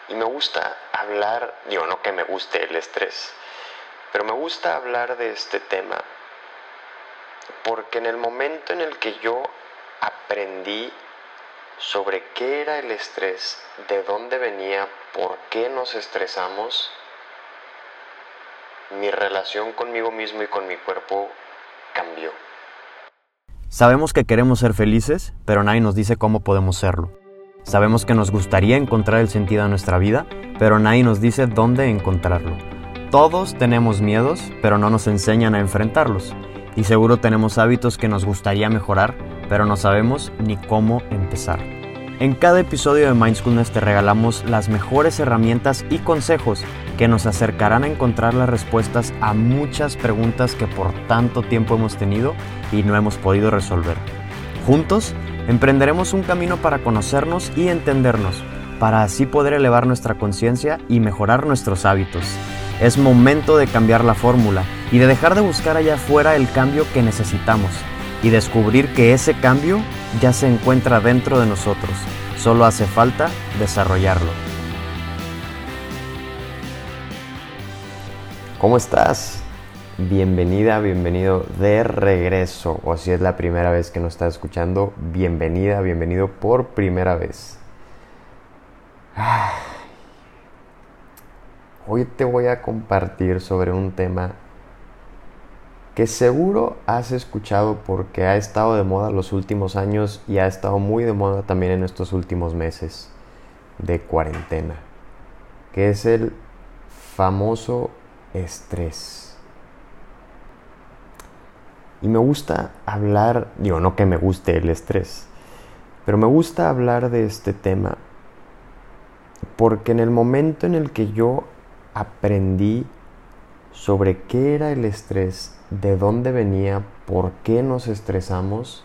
Y me gusta hablar, digo, no que me guste el estrés, pero me gusta hablar de este tema porque en el momento en el que yo aprendí sobre qué era el estrés, de dónde venía, por qué nos estresamos, mi relación conmigo mismo y con mi cuerpo cambió. Sabemos que queremos ser felices, pero nadie nos dice cómo podemos serlo. Sabemos que nos gustaría encontrar el sentido de nuestra vida, pero nadie nos dice dónde encontrarlo. Todos tenemos miedos, pero no nos enseñan a enfrentarlos. Y seguro tenemos hábitos que nos gustaría mejorar, pero no sabemos ni cómo empezar. En cada episodio de Mindfulness te regalamos las mejores herramientas y consejos que nos acercarán a encontrar las respuestas a muchas preguntas que por tanto tiempo hemos tenido y no hemos podido resolver. Juntos, emprenderemos un camino para conocernos y entendernos, para así poder elevar nuestra conciencia y mejorar nuestros hábitos. Es momento de cambiar la fórmula y de dejar de buscar allá afuera el cambio que necesitamos y descubrir que ese cambio ya se encuentra dentro de nosotros. Solo hace falta desarrollarlo. ¿Cómo estás? Bienvenida, bienvenido de regreso. O si es la primera vez que nos estás escuchando, bienvenida, bienvenido por primera vez. Hoy te voy a compartir sobre un tema que seguro has escuchado porque ha estado de moda los últimos años y ha estado muy de moda también en estos últimos meses de cuarentena, que es el famoso estrés. Y me gusta hablar, digo, no que me guste el estrés, pero me gusta hablar de este tema porque en el momento en el que yo aprendí sobre qué era el estrés, de dónde venía, por qué nos estresamos,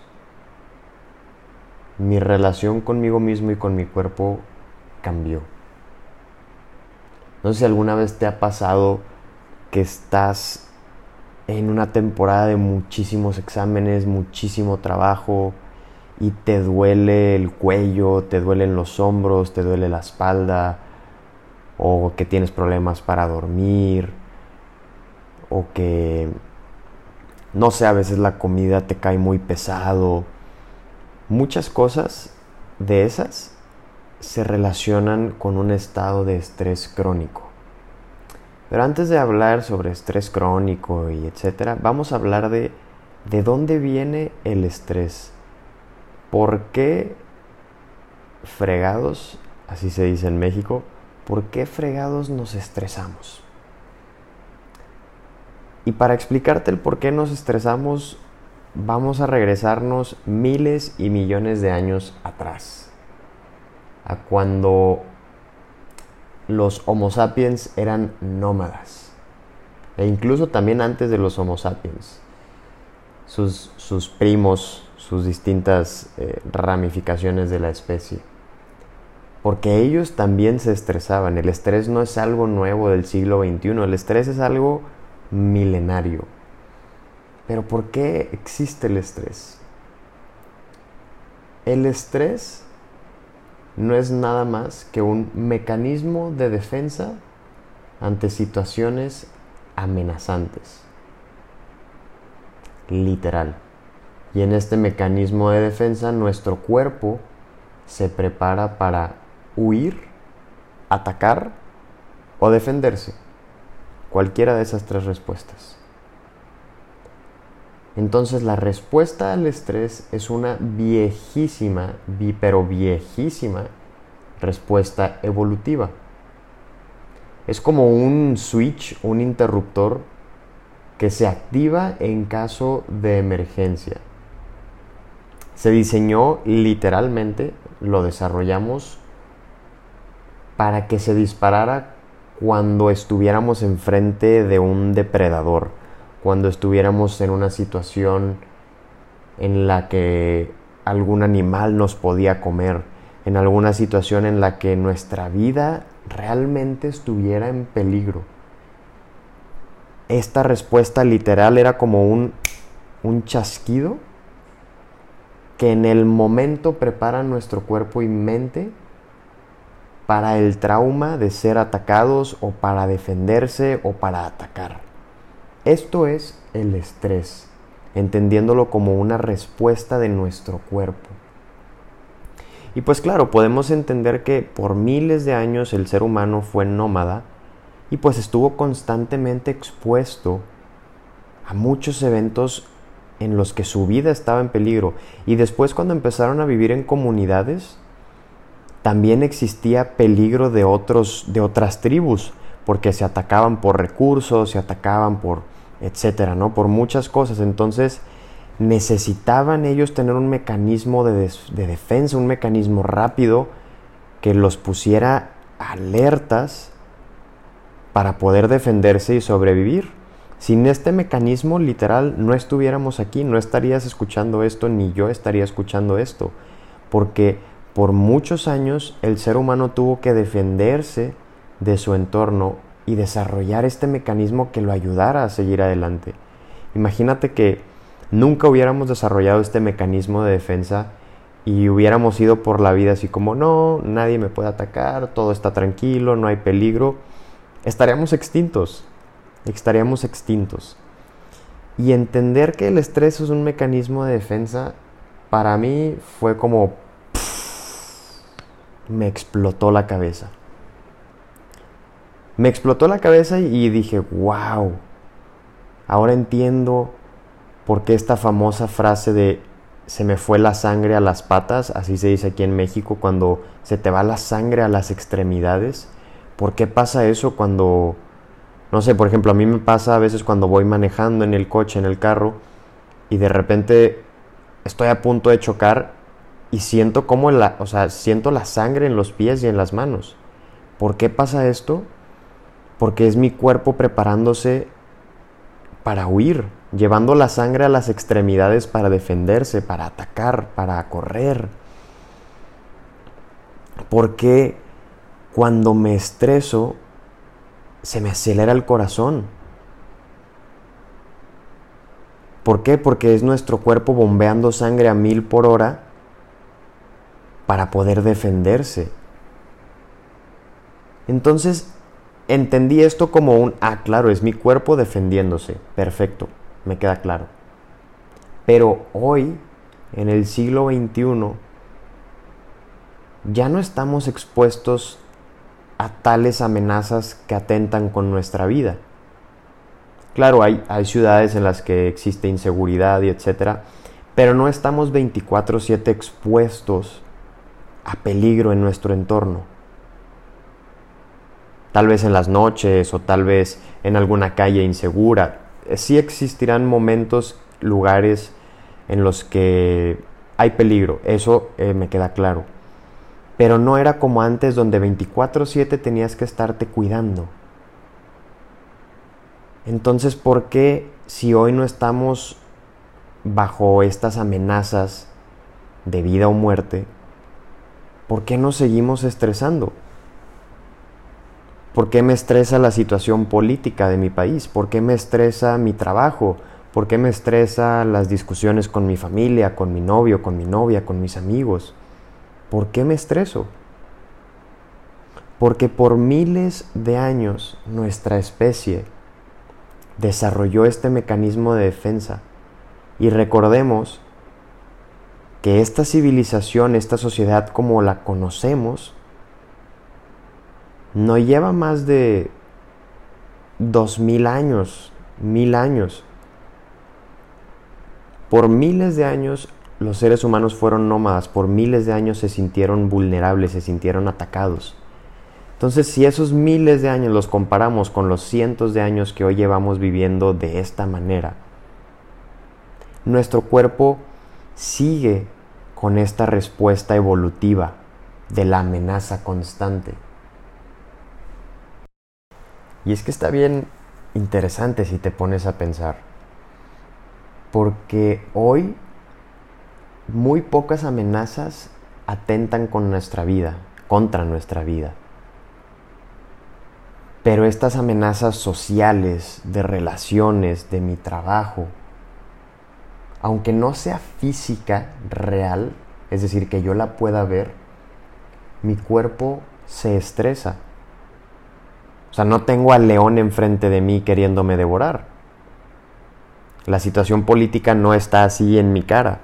mi relación conmigo mismo y con mi cuerpo cambió. No sé si alguna vez te ha pasado que estás en una temporada de muchísimos exámenes, muchísimo trabajo y te duele el cuello, te duelen los hombros, te duele la espalda, o que tienes problemas para dormir, o que, no sé, a veces la comida te cae muy pesado. Muchas cosas de esas se relacionan con un estado de estrés crónico. Pero antes de hablar sobre estrés crónico y etcétera, vamos a hablar de dónde viene el estrés. ¿Por qué fregados, así se dice en México, por qué fregados nos estresamos? Y para explicarte el por qué nos estresamos, vamos a regresarnos miles y millones de años atrás, a cuando los Homo sapiens eran nómadas, e incluso también antes de los Homo sapiens, sus primos, sus distintas ramificaciones de la especie, porque ellos también se estresaban. El estrés no es algo nuevo del siglo XXI, el estrés es algo milenario. Pero ¿por qué existe el estrés? El estrés no es nada más que un mecanismo de defensa ante situaciones amenazantes. Literal. Y en este mecanismo de defensa nuestro cuerpo se prepara para huir, atacar o defenderse. Cualquiera de esas tres respuestas. Entonces la respuesta al estrés es una viejísima, pero viejísima respuesta evolutiva. Es como un switch, un interruptor que se activa en caso de emergencia. Se diseñó literalmente, lo desarrollamos para que se disparara cuando estuviéramos enfrente de un depredador, cuando estuviéramos en una situación en la que algún animal nos podía comer, en alguna situación en la que nuestra vida realmente estuviera en peligro. Esta respuesta literal era como un chasquido que en el momento prepara nuestro cuerpo y mente para el trauma de ser atacados o para defenderse o para atacar. Esto es el estrés, entendiéndolo como una respuesta de nuestro cuerpo. Y pues claro, podemos entender que por miles de años el ser humano fue nómada y pues estuvo constantemente expuesto a muchos eventos en los que su vida estaba en peligro. Y después, cuando empezaron a vivir en comunidades, también existía peligro de otras tribus, porque se atacaban por recursos, se atacaban por etcétera, ¿no? Por muchas cosas. Entonces necesitaban ellos tener un mecanismo de defensa, un mecanismo rápido que los pusiera alertas para poder defenderse y sobrevivir. Sin este mecanismo, literal, no estuviéramos aquí, no estarías escuchando esto, ni yo estaría escuchando esto, porque por muchos años el ser humano tuvo que defenderse de su entorno y desarrollar este mecanismo que lo ayudara a seguir adelante. Imagínate que nunca hubiéramos desarrollado este mecanismo de defensa y hubiéramos ido por la vida así como, no, nadie me puede atacar, todo está tranquilo, no hay peligro. Estaríamos extintos. Y entender que el estrés es un mecanismo de defensa, para mí fue como me explotó la cabeza. Me explotó la cabeza y dije, wow, ahora entiendo por qué esta famosa frase de se me fue la sangre a las patas, así se dice aquí en México, cuando se te va la sangre a las extremidades. ¿Por qué pasa eso cuando, no sé, por ejemplo, a mí me pasa a veces cuando voy manejando en el coche, en el carro, y de repente estoy a punto de chocar y siento como siento la sangre en los pies y en las manos. ¿Por qué pasa esto? Porque es mi cuerpo preparándose para huir, llevando la sangre a las extremidades para defenderse, para atacar, para correr. Porque cuando me estreso, se me acelera el corazón. ¿Por qué? Porque es nuestro cuerpo bombeando sangre a 1000 por hora para poder defenderse. Entonces, entendí esto como claro, es mi cuerpo defendiéndose. Perfecto, me queda claro. Pero hoy, en el siglo XXI, ya no estamos expuestos a tales amenazas que atentan con nuestra vida. Claro, hay ciudades en las que existe inseguridad y etcétera, pero no estamos 24/7 expuestos a peligro en nuestro entorno. Tal vez en las noches o tal vez en alguna calle insegura. Sí existirán momentos, lugares en los que hay peligro, eso me queda claro. Pero no era como antes, donde 24/7 tenías que estarte cuidando. Entonces, ¿por qué, si hoy no estamos bajo estas amenazas de vida o muerte, por qué nos seguimos estresando? ¿Por qué me estresa la situación política de mi país? ¿Por qué me estresa mi trabajo? ¿Por qué me estresa las discusiones con mi familia, con mi novio, con mi novia, con mis amigos? ¿Por qué me estreso? Porque por miles de años nuestra especie desarrolló este mecanismo de defensa. Y recordemos que esta civilización, esta sociedad como la conocemos, no lleva más de 2000 años, 1000 años. Por miles de años los seres humanos fueron nómadas, por miles de años se sintieron vulnerables, se sintieron atacados. Entonces, si esos miles de años los comparamos con los cientos de años que hoy llevamos viviendo de esta manera, nuestro cuerpo sigue con esta respuesta evolutiva de la amenaza constante. Y es que está bien interesante si te pones a pensar, porque hoy muy pocas amenazas atentan con nuestra vida, contra nuestra vida. Pero estas amenazas sociales, de relaciones, de mi trabajo, aunque no sea física, real, es decir, que yo la pueda ver, mi cuerpo se estresa. O sea, no tengo al león enfrente de mí queriéndome devorar. La situación política no está así en mi cara.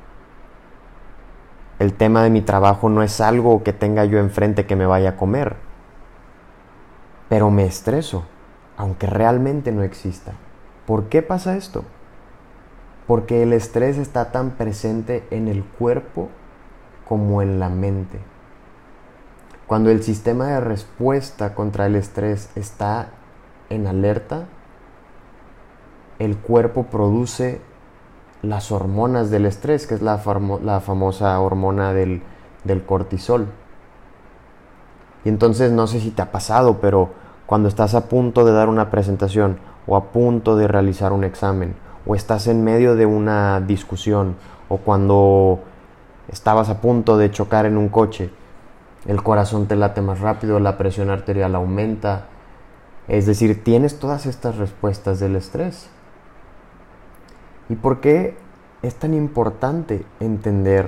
El tema de mi trabajo no es algo que tenga yo enfrente que me vaya a comer. Pero me estreso, aunque realmente no exista. ¿Por qué pasa esto? Porque el estrés está tan presente en el cuerpo como en la mente. Cuando el sistema de respuesta contra el estrés está en alerta, el cuerpo produce las hormonas del estrés, que es la famosa hormona del cortisol. Y entonces no sé si te ha pasado, pero cuando estás a punto de dar una presentación o a punto de realizar un examen o estás en medio de una discusión o cuando estabas a punto de chocar en un coche, el corazón te late más rápido, la presión arterial aumenta. Es decir, tienes todas estas respuestas del estrés. ¿Y por qué es tan importante entender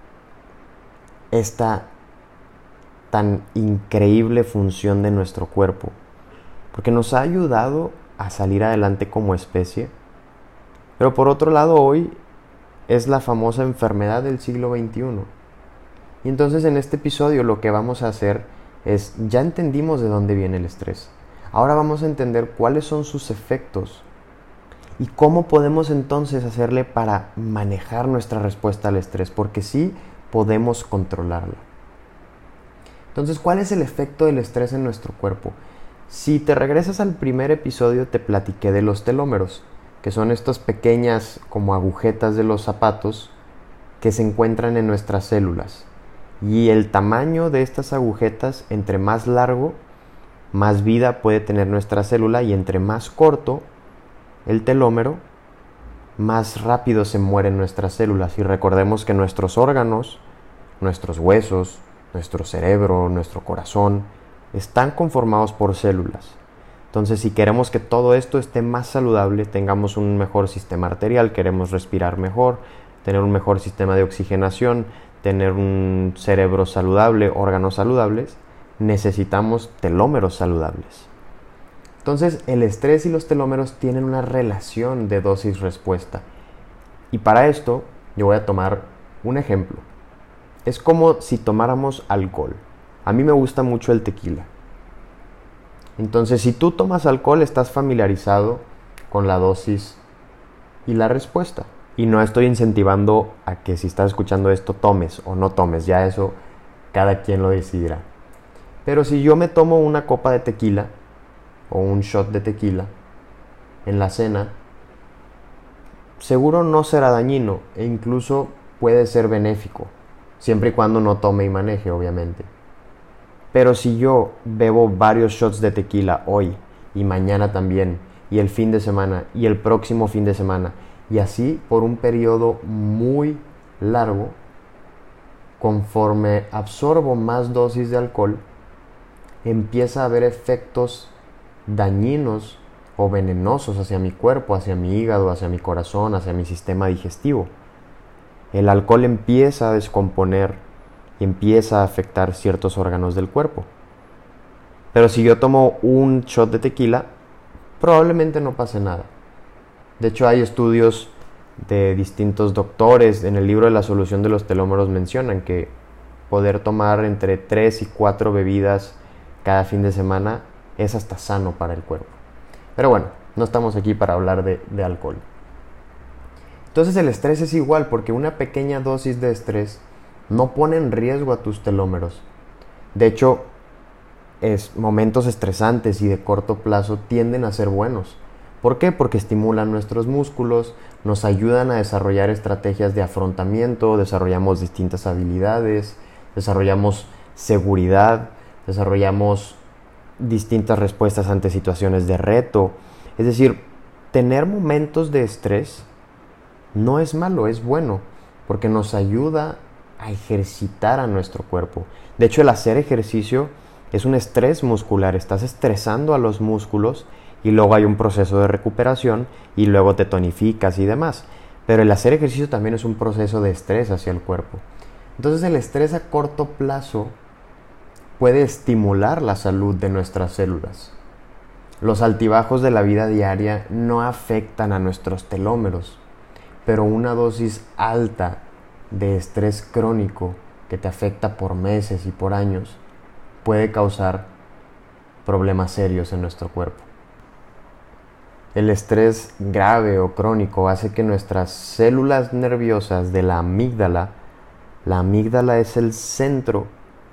esta tan increíble función de nuestro cuerpo? Porque nos ha ayudado a salir adelante como especie. Pero por otro lado, hoy es la famosa enfermedad del siglo XXI. Y entonces en este episodio lo que vamos a hacer es, ya entendimos de dónde viene el estrés. Ahora vamos a entender cuáles son sus efectos y cómo podemos entonces hacerle para manejar nuestra respuesta al estrés, porque sí podemos controlarla. Entonces, ¿cuál es el efecto del estrés en nuestro cuerpo? Si te regresas al primer episodio, te platiqué de los telómeros, que son estas pequeñas como agujetas de los zapatos que se encuentran en nuestras células. Y el tamaño de estas agujetas, entre más largo, más vida puede tener nuestra célula, y entre más corto el telómero, más rápido se mueren nuestras células. Y recordemos que nuestros órganos, nuestros huesos, nuestro cerebro, nuestro corazón, están conformados por células. Entonces, si queremos que todo esto esté más saludable, tengamos un mejor sistema arterial, queremos respirar mejor, tener un mejor sistema de oxigenación, tener un cerebro saludable, órganos saludables, necesitamos telómeros saludables. Entonces, el estrés y los telómeros tienen una relación de dosis-respuesta. Y para esto, yo voy a tomar un ejemplo. Es como si tomáramos alcohol. A mí me gusta mucho el tequila. Entonces, si tú tomas alcohol, estás familiarizado con la dosis y la respuesta. Y no estoy incentivando a que si estás escuchando esto tomes o no tomes. Ya eso cada quien lo decidirá. Pero si yo me tomo una copa de tequila o un shot de tequila en la cena, seguro no será dañino e incluso puede ser benéfico, siempre y cuando no tome y maneje, obviamente. Pero si yo bebo varios shots de tequila hoy y mañana también, y el fin de semana y el próximo fin de semana, y así por un periodo muy largo, conforme absorbo más dosis de alcohol, empieza a haber efectos dañinos o venenosos hacia mi cuerpo, hacia mi hígado, hacia mi corazón, hacia mi sistema digestivo. El alcohol empieza a descomponer y empieza a afectar ciertos órganos del cuerpo. Pero si yo tomo un shot de tequila, probablemente no pase nada. De hecho, hay estudios de distintos doctores. En el libro de la solución de los telómeros mencionan que poder tomar entre 3 y 4 bebidas cada fin de semana es hasta sano para el cuerpo. Pero bueno, no estamos aquí para hablar de alcohol. Entonces el estrés es igual, porque una pequeña dosis de estrés no pone en riesgo a tus telómeros. De hecho, momentos estresantes y de corto plazo tienden a ser buenos. ¿Por qué? Porque estimulan nuestros músculos, nos ayudan a desarrollar estrategias de afrontamiento, desarrollamos distintas habilidades, desarrollamos seguridad, desarrollamos distintas respuestas ante situaciones de reto. Es decir, tener momentos de estrés no es malo, es bueno, porque nos ayuda a ejercitar a nuestro cuerpo. De hecho, el hacer ejercicio es un estrés muscular, estás estresando a los músculos y luego hay un proceso de recuperación y luego te tonificas y demás. Pero el hacer ejercicio también es un proceso de estrés hacia el cuerpo. Entonces el estrés a corto plazo puede estimular la salud de nuestras células. Los altibajos de la vida diaria no afectan a nuestros telómeros, pero una dosis alta de estrés crónico que te afecta por meses y por años puede causar problemas serios en nuestro cuerpo. El estrés grave o crónico hace que nuestras células nerviosas de la amígdala es el centro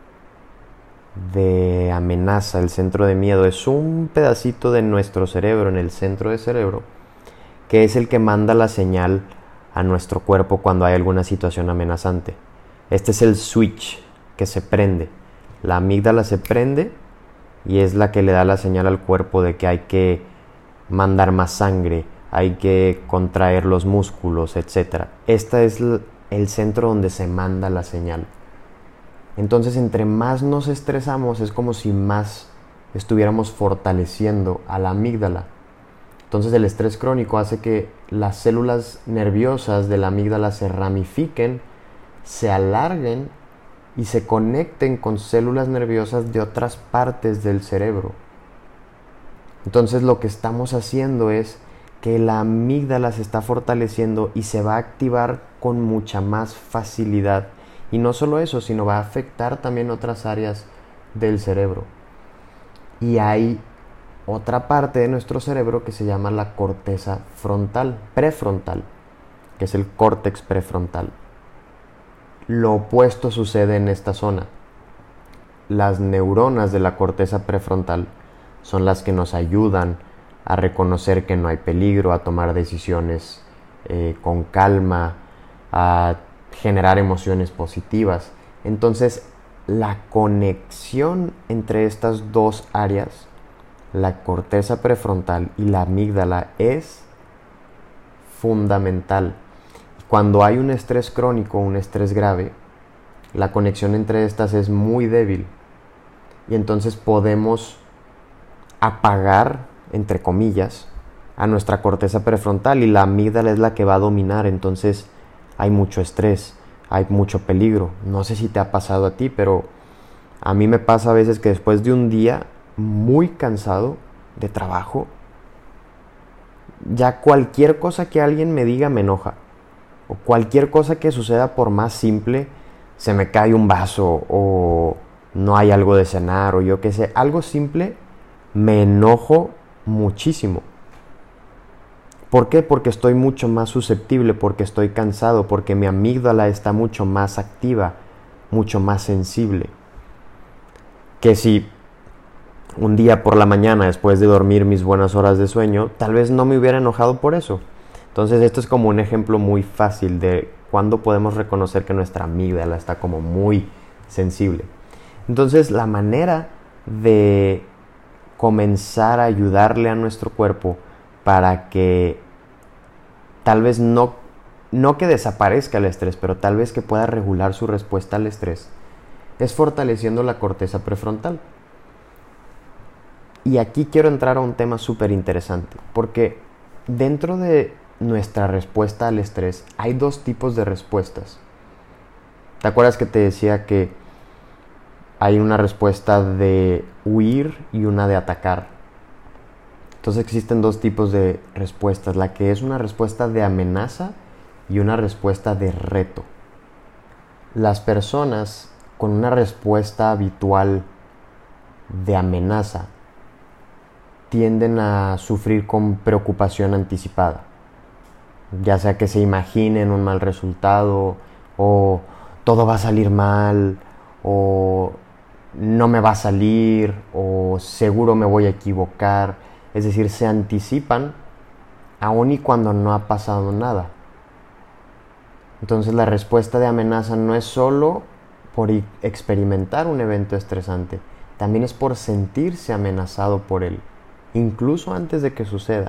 de amenaza, el centro de miedo, es un pedacito de nuestro cerebro, en el centro del cerebro, que es el que manda la señal a nuestro cuerpo cuando hay alguna situación amenazante. Este es el switch que se prende. La amígdala se prende y es la que le da la señal al cuerpo de que hay que mandar más sangre, hay que contraer los músculos, etc. Este es el centro donde se manda la señal. Entonces, entre más nos estresamos, es como si más estuviéramos fortaleciendo a la amígdala. Entonces, el estrés crónico hace que las células nerviosas de la amígdala se ramifiquen, se alarguen y se conecten con células nerviosas de otras partes del cerebro. Entonces, lo que estamos haciendo es que la amígdala se está fortaleciendo y se va a activar con mucha más facilidad. Y no solo eso, sino va a afectar también otras áreas del cerebro. Y hay otra parte de nuestro cerebro que se llama la corteza frontal, prefrontal, que es el córtex prefrontal. Lo opuesto sucede en esta zona. Las neuronas de la corteza prefrontal son las que nos ayudan a reconocer que no hay peligro, a tomar decisiones con calma, a generar emociones positivas. Entonces, la conexión entre estas dos áreas, la corteza prefrontal y la amígdala, es fundamental. Cuando hay un estrés crónico, un estrés grave, la conexión entre estas es muy débil y entonces podemos apagar, entre comillas, a nuestra corteza prefrontal y la amígdala es la que va a dominar. Entonces hay mucho estrés, hay mucho peligro. No sé si te ha pasado a ti, pero a mí me pasa a veces que después de un día muy cansado de trabajo, ya cualquier cosa que alguien me diga me enoja. O cualquier cosa que suceda, por más simple, se me cae un vaso o no hay algo de cenar o yo qué sé, algo simple, me enojo muchísimo. ¿Por qué? Porque estoy mucho más susceptible, porque estoy cansado, porque mi amígdala está mucho más activa, mucho más sensible. Que si un día por la mañana, después de dormir mis buenas horas de sueño, tal vez no me hubiera enojado por eso. Entonces esto es como un ejemplo muy fácil de cuándo podemos reconocer que nuestra amígdala está como muy sensible. Entonces la manera de comenzar a ayudarle a nuestro cuerpo para que tal vez no que desaparezca el estrés, pero tal vez que pueda regular su respuesta al estrés, es fortaleciendo la corteza prefrontal. Y aquí quiero entrar a un tema súper interesante, porque dentro de nuestra respuesta al estrés hay dos tipos de respuestas. ¿Te acuerdas que te decía que hay una respuesta de huir y una de atacar? Entonces existen dos tipos de respuestas, la que es una respuesta de amenaza y una respuesta de reto. Las personas con una respuesta habitual de amenaza tienden a sufrir con preocupación anticipada, ya sea que se imaginen un mal resultado, o todo va a salir mal, o no me va a salir, o seguro me voy a equivocar. Es decir, se anticipan aun y cuando no ha pasado nada. Entonces la respuesta de amenaza no es solo por experimentar un evento estresante, también es por sentirse amenazado por él, incluso antes de que suceda.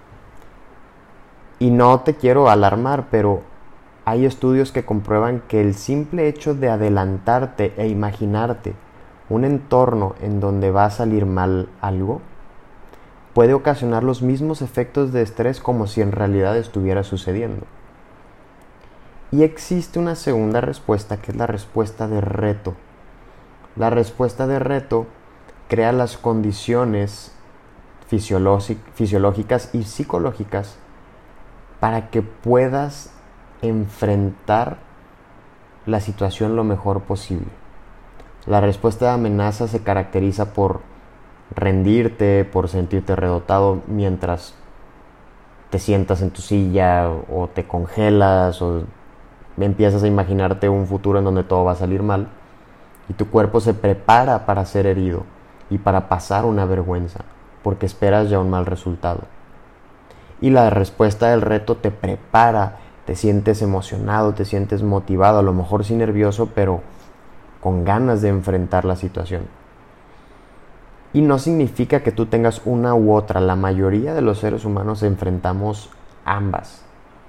Y no te quiero alarmar, pero hay estudios que comprueban que el simple hecho de adelantarte e imaginarte un entorno en donde va a salir mal algo puede ocasionar los mismos efectos de estrés como si en realidad estuviera sucediendo. Y existe una segunda respuesta, que es la respuesta de reto. La respuesta de reto crea las condiciones fisiológicas y psicológicas para que puedas enfrentar la situación lo mejor posible. La respuesta de amenaza se caracteriza por rendirte, por sentirte redotado mientras te sientas en tu silla o te congelas o empiezas a imaginarte un futuro en donde todo va a salir mal y tu cuerpo se prepara para ser herido y para pasar una vergüenza porque esperas ya un mal resultado. Y la respuesta del reto te prepara, te sientes emocionado, te sientes motivado, a lo mejor sí nervioso, pero con ganas de enfrentar la situación. Y no significa que tú tengas una u otra, la mayoría de los seres humanos enfrentamos ambas.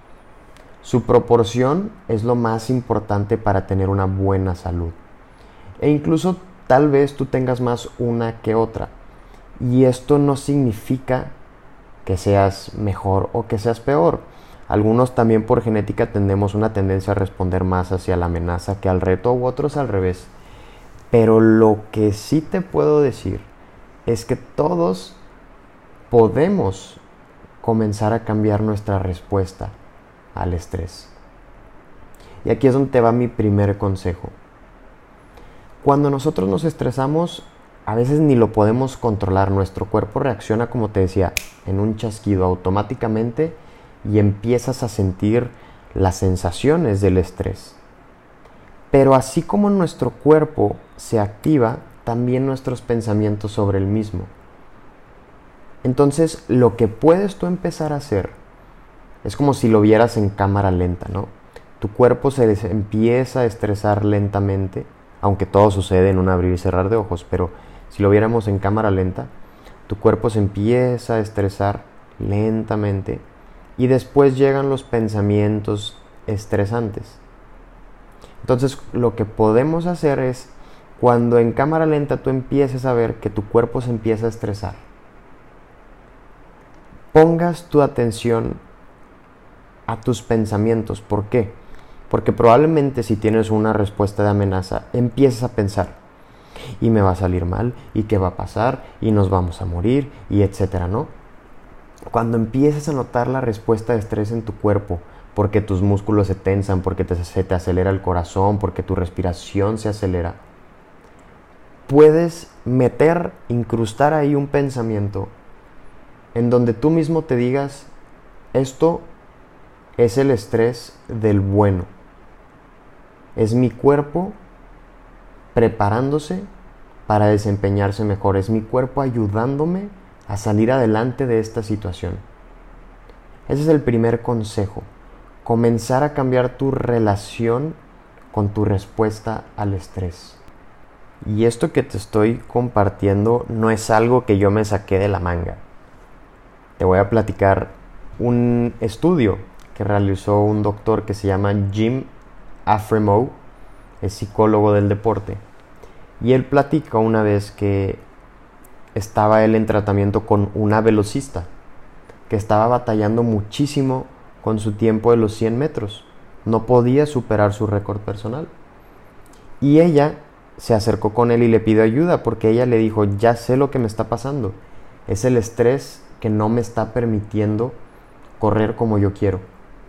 Su proporción es lo más importante para tener una buena salud. E incluso tal vez tú tengas más una que otra. Y esto no significa que seas mejor o que seas peor. Algunos también por genética tenemos una tendencia a responder más hacia la amenaza que al reto, u otros al revés. Pero lo que sí te puedo decir es que todos podemos comenzar a cambiar nuestra respuesta al estrés. Y aquí es donde te va mi primer consejo. Cuando nosotros nos estresamos, a veces ni lo podemos controlar. Nuestro cuerpo reacciona, como te decía, en un chasquido automáticamente y empiezas a sentir las sensaciones del estrés. Pero así como nuestro cuerpo se activa, también nuestros pensamientos sobre el mismo. Entonces, lo que puedes tú empezar a hacer es como si lo vieras en cámara lenta, ¿no? Tu cuerpo se empieza a estresar lentamente, aunque todo sucede en un abrir y cerrar de ojos, pero si lo viéramos en cámara lenta, tu cuerpo se empieza a estresar lentamente y después llegan los pensamientos estresantes. Entonces, lo que podemos hacer es, cuando en cámara lenta tú empieces a ver que tu cuerpo se empieza a estresar, pongas tu atención a tus pensamientos. ¿Por qué? Porque probablemente si tienes una respuesta de amenaza, empieces a pensar, y me va a salir mal, y qué va a pasar, y nos vamos a morir, y etcétera, ¿no? Cuando empieces a notar la respuesta de estrés en tu cuerpo, porque tus músculos se tensan, porque se te acelera el corazón, porque tu respiración se acelera, puedes incrustar ahí un pensamiento en donde tú mismo te digas, esto es el estrés del bueno. Es mi cuerpo preparándose para desempeñarse mejor. Es mi cuerpo ayudándome a salir adelante de esta situación. Ese es el primer consejo. Comenzar a cambiar tu relación con tu respuesta al estrés. Y esto que te estoy compartiendo no es algo que yo me saqué de la manga. Te voy a platicar un estudio que realizó un doctor que se llama Jim Afremow, es psicólogo del deporte. Y él platica una vez que estaba él en tratamiento con una velocista que estaba batallando muchísimo con su tiempo de los 100 metros. No podía superar su récord personal. Y ella se acercó con él y le pidió ayuda porque ella le dijo, ya sé lo que me está pasando. Es el estrés que no me está permitiendo correr como yo quiero.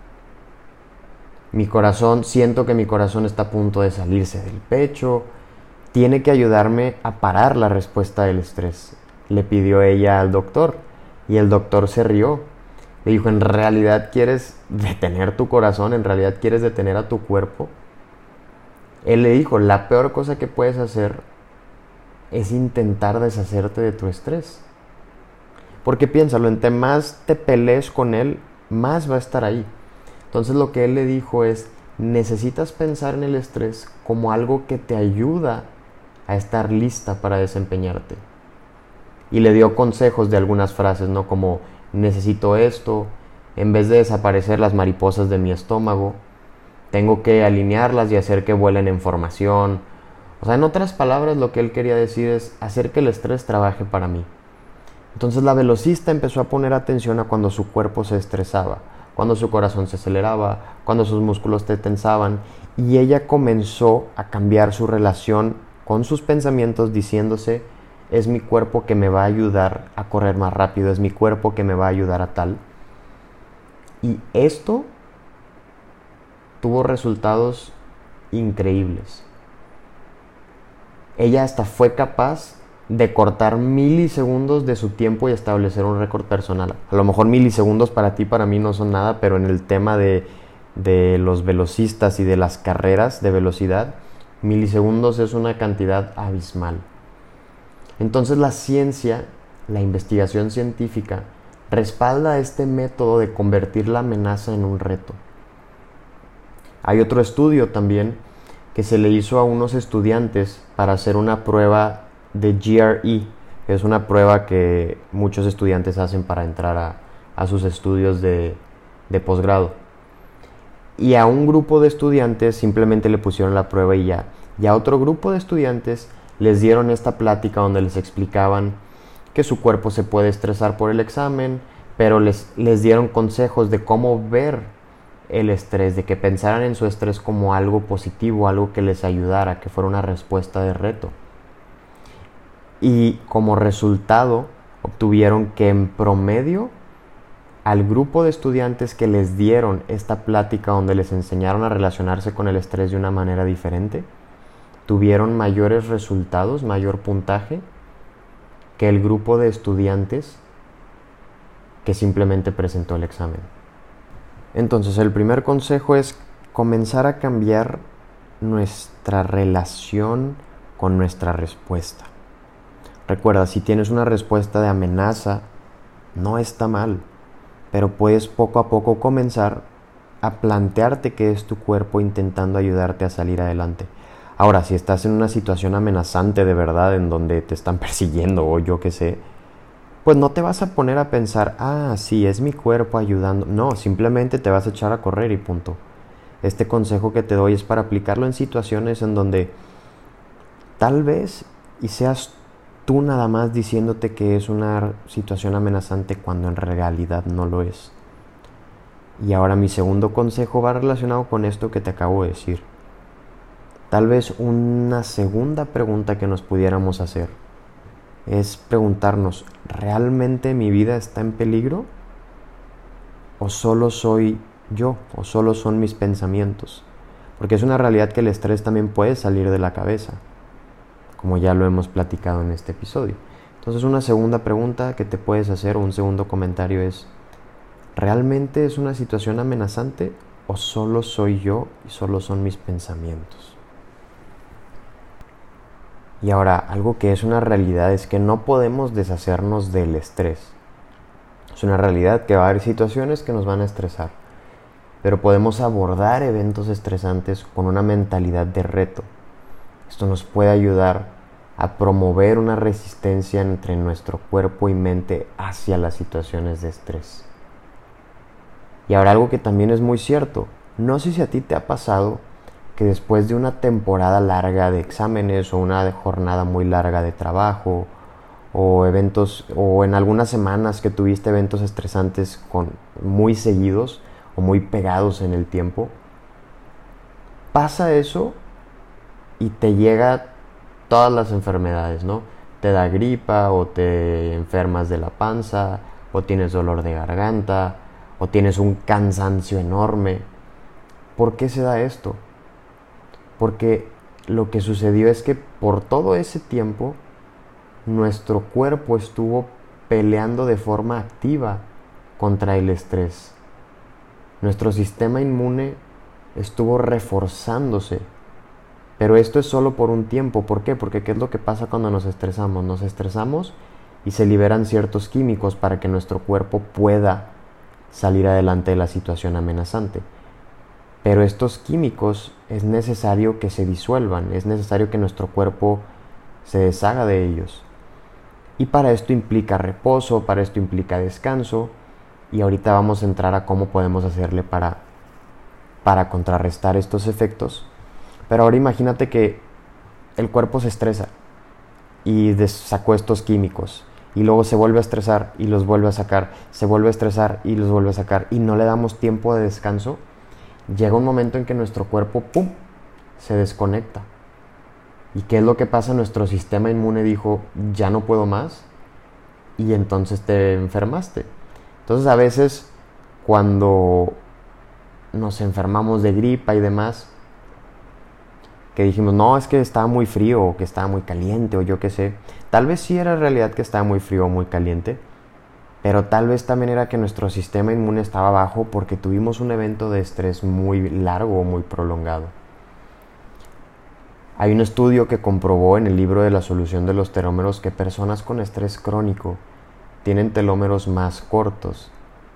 Siento que mi corazón está a punto de salirse del pecho. Tiene que ayudarme a parar la respuesta del estrés. Le pidió ella al doctor y el doctor se rió. Le dijo, ¿en realidad quieres detener tu corazón? ¿En realidad quieres detener a tu cuerpo? Él le dijo, la peor cosa que puedes hacer es intentar deshacerte de tu estrés. Porque piénsalo, entre más te pelees con él, más va a estar ahí. Entonces lo que él le dijo es, necesitas pensar en el estrés como algo que te ayuda a estar lista para desempeñarte. Y le dio consejos de algunas frases, ¿no? Como, necesito esto, en vez de desaparecer las mariposas de mi estómago, tengo que alinearlas y hacer que vuelen en formación. O sea, en otras palabras, lo que él quería decir es hacer que el estrés trabaje para mí. Entonces la velocista empezó a poner atención a cuando su cuerpo se estresaba, cuando su corazón se aceleraba, cuando sus músculos se tensaban, y ella comenzó a cambiar su relación con sus pensamientos diciéndose, es mi cuerpo que me va a ayudar a correr más rápido, es mi cuerpo que me va a ayudar a tal. Y esto tuvo resultados increíbles. Ella hasta fue capaz de cortar milisegundos de su tiempo y establecer un récord personal. A lo mejor milisegundos para ti, para mí no son nada, pero en el tema de los velocistas y de las carreras de velocidad, milisegundos es una cantidad abismal. Entonces la ciencia, la investigación científica, respalda este método de convertir la amenaza en un reto. Hay otro estudio también que se le hizo a unos estudiantes para hacer una prueba de GRE, que es una prueba que muchos estudiantes hacen para entrar a sus estudios de posgrado. Y a un grupo de estudiantes simplemente le pusieron la prueba y ya. Y a otro grupo de estudiantes les dieron esta plática donde les explicaban que su cuerpo se puede estresar por el examen, pero les dieron consejos de cómo ver el estrés, de que pensaran en su estrés como algo positivo, algo que les ayudara, que fuera una respuesta de reto. Y como resultado obtuvieron que en promedio al grupo de estudiantes que les dieron esta plática donde les enseñaron a relacionarse con el estrés de una manera diferente, tuvieron mayores resultados, mayor puntaje que el grupo de estudiantes que simplemente presentó el examen. Entonces, el primer consejo es comenzar a cambiar nuestra relación con nuestra respuesta. Recuerda, si tienes una respuesta de amenaza, no está mal, pero puedes poco a poco comenzar a plantearte que es tu cuerpo intentando ayudarte a salir adelante. Ahora, si estás en una situación amenazante de verdad, en donde te están persiguiendo o yo qué sé, pues no te vas a poner a pensar, sí, es mi cuerpo ayudando. No, simplemente te vas a echar a correr y punto. Este consejo que te doy es para aplicarlo en situaciones en donde tal vez y seas tú nada más diciéndote que es una situación amenazante cuando en realidad no lo es. Y ahora mi segundo consejo va relacionado con esto que te acabo de decir. Tal vez una segunda pregunta que nos pudiéramos hacer es preguntarnos, ¿realmente mi vida está en peligro? ¿O solo soy yo? ¿O solo son mis pensamientos? Porque es una realidad que el estrés también puede salir de la cabeza, como ya lo hemos platicado en este episodio. Entonces una segunda pregunta que te puedes hacer, o un segundo comentario es, ¿realmente es una situación amenazante o solo soy yo y solo son mis pensamientos? Y ahora, algo que es una realidad es que no podemos deshacernos del estrés. Es una realidad que va a haber situaciones que nos van a estresar, pero podemos abordar eventos estresantes con una mentalidad de reto. Esto nos puede ayudar a promover una resistencia entre nuestro cuerpo y mente hacia las situaciones de estrés. Y ahora algo que también es muy cierto, no sé si a ti te ha pasado que después de una temporada larga de exámenes o una jornada muy larga de trabajo o eventos, o en algunas semanas que tuviste eventos estresantes muy seguidos o muy pegados en el tiempo, pasa eso y te llega todas las enfermedades, ¿no? Te da gripa o te enfermas de la panza o tienes dolor de garganta o tienes un cansancio enorme. ¿Por qué se da esto? Porque lo que sucedió es que por todo ese tiempo nuestro cuerpo estuvo peleando de forma activa contra el estrés. Nuestro sistema inmune estuvo reforzándose. Pero esto es solo por un tiempo. ¿Por qué? Porque ¿qué es lo que pasa cuando nos estresamos? Nos estresamos y se liberan ciertos químicos para que nuestro cuerpo pueda salir adelante de la situación amenazante. Pero estos químicos es necesario que se disuelvan, es necesario que nuestro cuerpo se deshaga de ellos. Y para esto implica reposo, para esto implica descanso, y ahorita vamos a entrar a cómo podemos hacerle para contrarrestar estos efectos. Pero ahora imagínate que el cuerpo se estresa y sacó estos químicos, y luego se vuelve a estresar y los vuelve a sacar, se vuelve a estresar y los vuelve a sacar, y no le damos tiempo de descanso. Llega un momento en que nuestro cuerpo, ¡pum!, se desconecta. ¿Y qué es lo que pasa? Nuestro sistema inmune dijo, ya no puedo más, y entonces te enfermaste. Entonces a veces cuando nos enfermamos de gripa y demás, que dijimos, no, es que estaba muy frío, o que estaba muy caliente, o yo qué sé, tal vez sí era realidad que estaba muy frío o muy caliente, pero tal vez también era que nuestro sistema inmune estaba bajo porque tuvimos un evento de estrés muy largo o muy prolongado. Hay un estudio que comprobó en el libro de la solución de los telómeros que personas con estrés crónico tienen telómeros más cortos.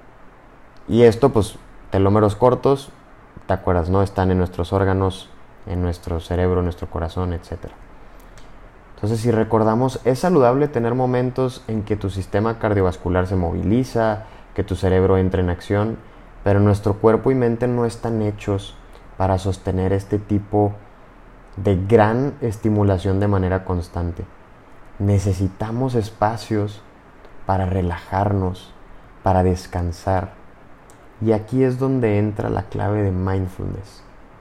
Y esto, pues, telómeros cortos, ¿te acuerdas? No están en nuestros órganos, en nuestro cerebro, en nuestro corazón, etc. Entonces, si recordamos, es saludable tener momentos en que tu sistema cardiovascular se moviliza, que tu cerebro entra en acción, pero nuestro cuerpo y mente no están hechos para sostener este tipo de gran estimulación de manera constante. Necesitamos espacios para relajarnos, para descansar. Y aquí es donde entra la clave de mindfulness.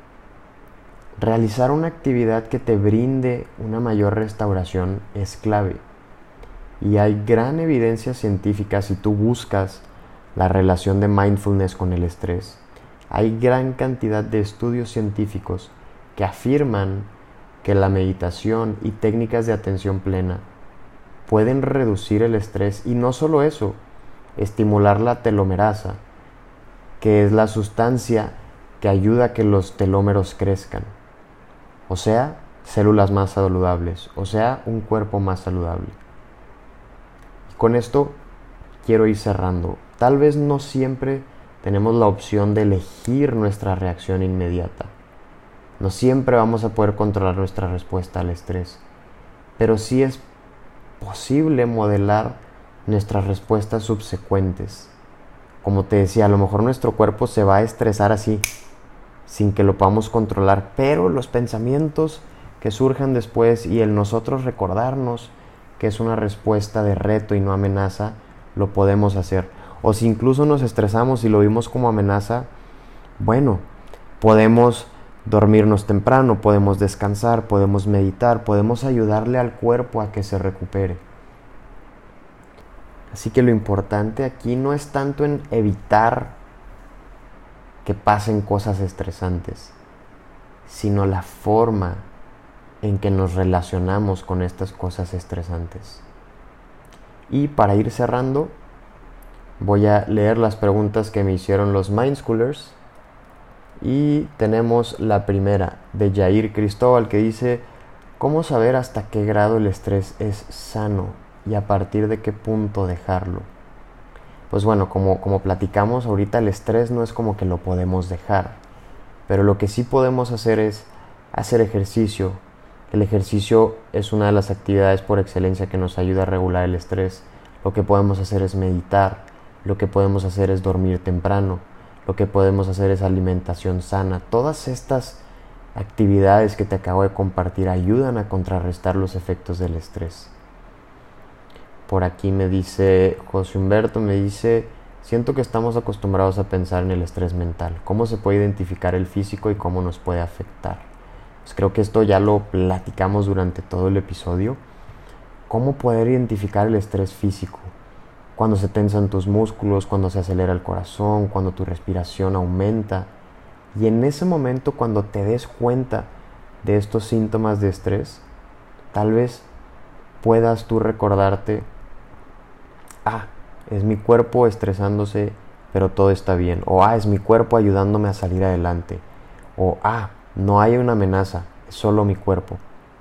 Realizar una actividad que te brinde una mayor restauración es clave. Y hay gran evidencia científica si tú buscas la relación de mindfulness con el estrés. Hay gran cantidad de estudios científicos que afirman que la meditación y técnicas de atención plena pueden reducir el estrés y no solo eso, estimular la telomerasa, que es la sustancia que ayuda a que los telómeros crezcan. O sea, células más saludables, o sea, un cuerpo más saludable. Y con esto quiero ir cerrando. Tal vez no siempre tenemos la opción de elegir nuestra reacción inmediata. No siempre vamos a poder controlar nuestra respuesta al estrés, pero sí es posible modelar nuestras respuestas subsecuentes. Como te decía, a lo mejor nuestro cuerpo se va a estresar así, sin que lo podamos controlar, pero los pensamientos que surjan después y el nosotros recordarnos que es una respuesta de reto y no amenaza, lo podemos hacer. O si incluso nos estresamos y lo vimos como amenaza, bueno, podemos dormirnos temprano, podemos descansar, podemos meditar, podemos ayudarle al cuerpo a que se recupere. Así que lo importante aquí no es tanto en evitar que pasen cosas estresantes, sino la forma en que nos relacionamos con estas cosas estresantes. Y para ir cerrando, voy a leer las preguntas que me hicieron los Mindschoolers. Y tenemos la primera de Jair Cristóbal que dice: ¿cómo saber hasta qué grado el estrés es sano y a partir de qué punto dejarlo? Pues bueno, como platicamos ahorita, el estrés no es como que lo podemos dejar, pero lo que sí podemos hacer es hacer ejercicio. El ejercicio es una de las actividades por excelencia que nos ayuda a regular el estrés. Lo que podemos hacer es meditar, lo que podemos hacer es dormir temprano, lo que podemos hacer es alimentación sana. Todas estas actividades que te acabo de compartir ayudan a contrarrestar los efectos del estrés. Por aquí me dice José Humberto, me dice: siento que estamos acostumbrados a pensar en el estrés mental. ¿Cómo se puede identificar el físico y cómo nos puede afectar? Pues creo que esto ya lo platicamos durante todo el episodio. ¿Cómo poder identificar el estrés físico? Cuando se tensan tus músculos, cuando se acelera el corazón, cuando tu respiración aumenta. Y en ese momento, cuando te des cuenta de estos síntomas de estrés, tal vez puedas tú recordarte: es mi cuerpo estresándose, pero todo está bien. O es mi cuerpo ayudándome a salir adelante. O no hay una amenaza, es solo mi cuerpo.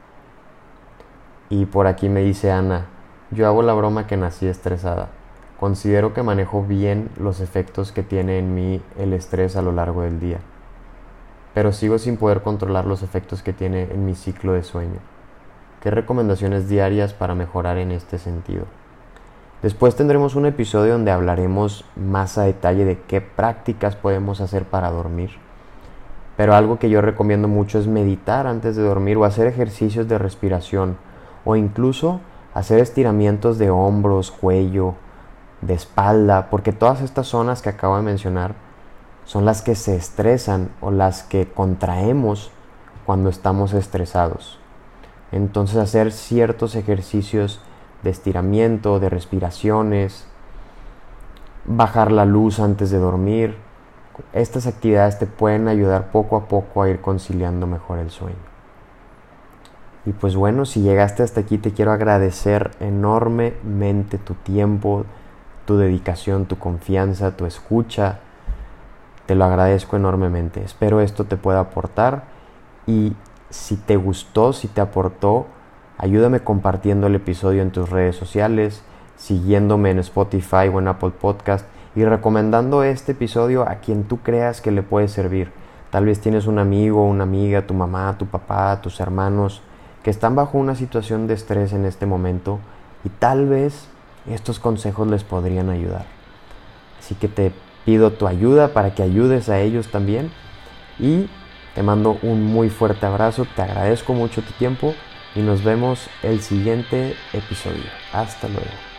Y por aquí me dice Ana: yo hago la broma que nací estresada. Considero que manejo bien los efectos que tiene en mí el estrés a lo largo del día, pero sigo sin poder controlar los efectos que tiene en mi ciclo de sueño. ¿Qué recomendaciones diarias para mejorar en este sentido? Después tendremos un episodio donde hablaremos más a detalle de qué prácticas podemos hacer para dormir. Pero algo que yo recomiendo mucho es meditar antes de dormir, o hacer ejercicios de respiración, o incluso hacer estiramientos de hombros, cuello, de espalda, porque todas estas zonas que acabo de mencionar son las que se estresan o las que contraemos cuando estamos estresados. Entonces hacer ciertos ejercicios de estiramiento, de respiraciones, bajar la luz antes de dormir. Estas actividades te pueden ayudar poco a poco a ir conciliando mejor el sueño. Y pues bueno, si llegaste hasta aquí, te quiero agradecer enormemente tu tiempo, tu dedicación, tu confianza, tu escucha. Te lo agradezco enormemente. Espero esto te pueda aportar, y si te gustó, si te aportó, ayúdame compartiendo el episodio en tus redes sociales, siguiéndome en Spotify o en Apple Podcast y recomendando este episodio a quien tú creas que le puede servir. Tal vez tienes un amigo, una amiga, tu mamá, tu papá, tus hermanos que están bajo una situación de estrés en este momento, y tal vez estos consejos les podrían ayudar. Así que te pido tu ayuda para que ayudes a ellos también, y te mando un muy fuerte abrazo. Te agradezco mucho tu tiempo y nos vemos el siguiente episodio. Hasta luego.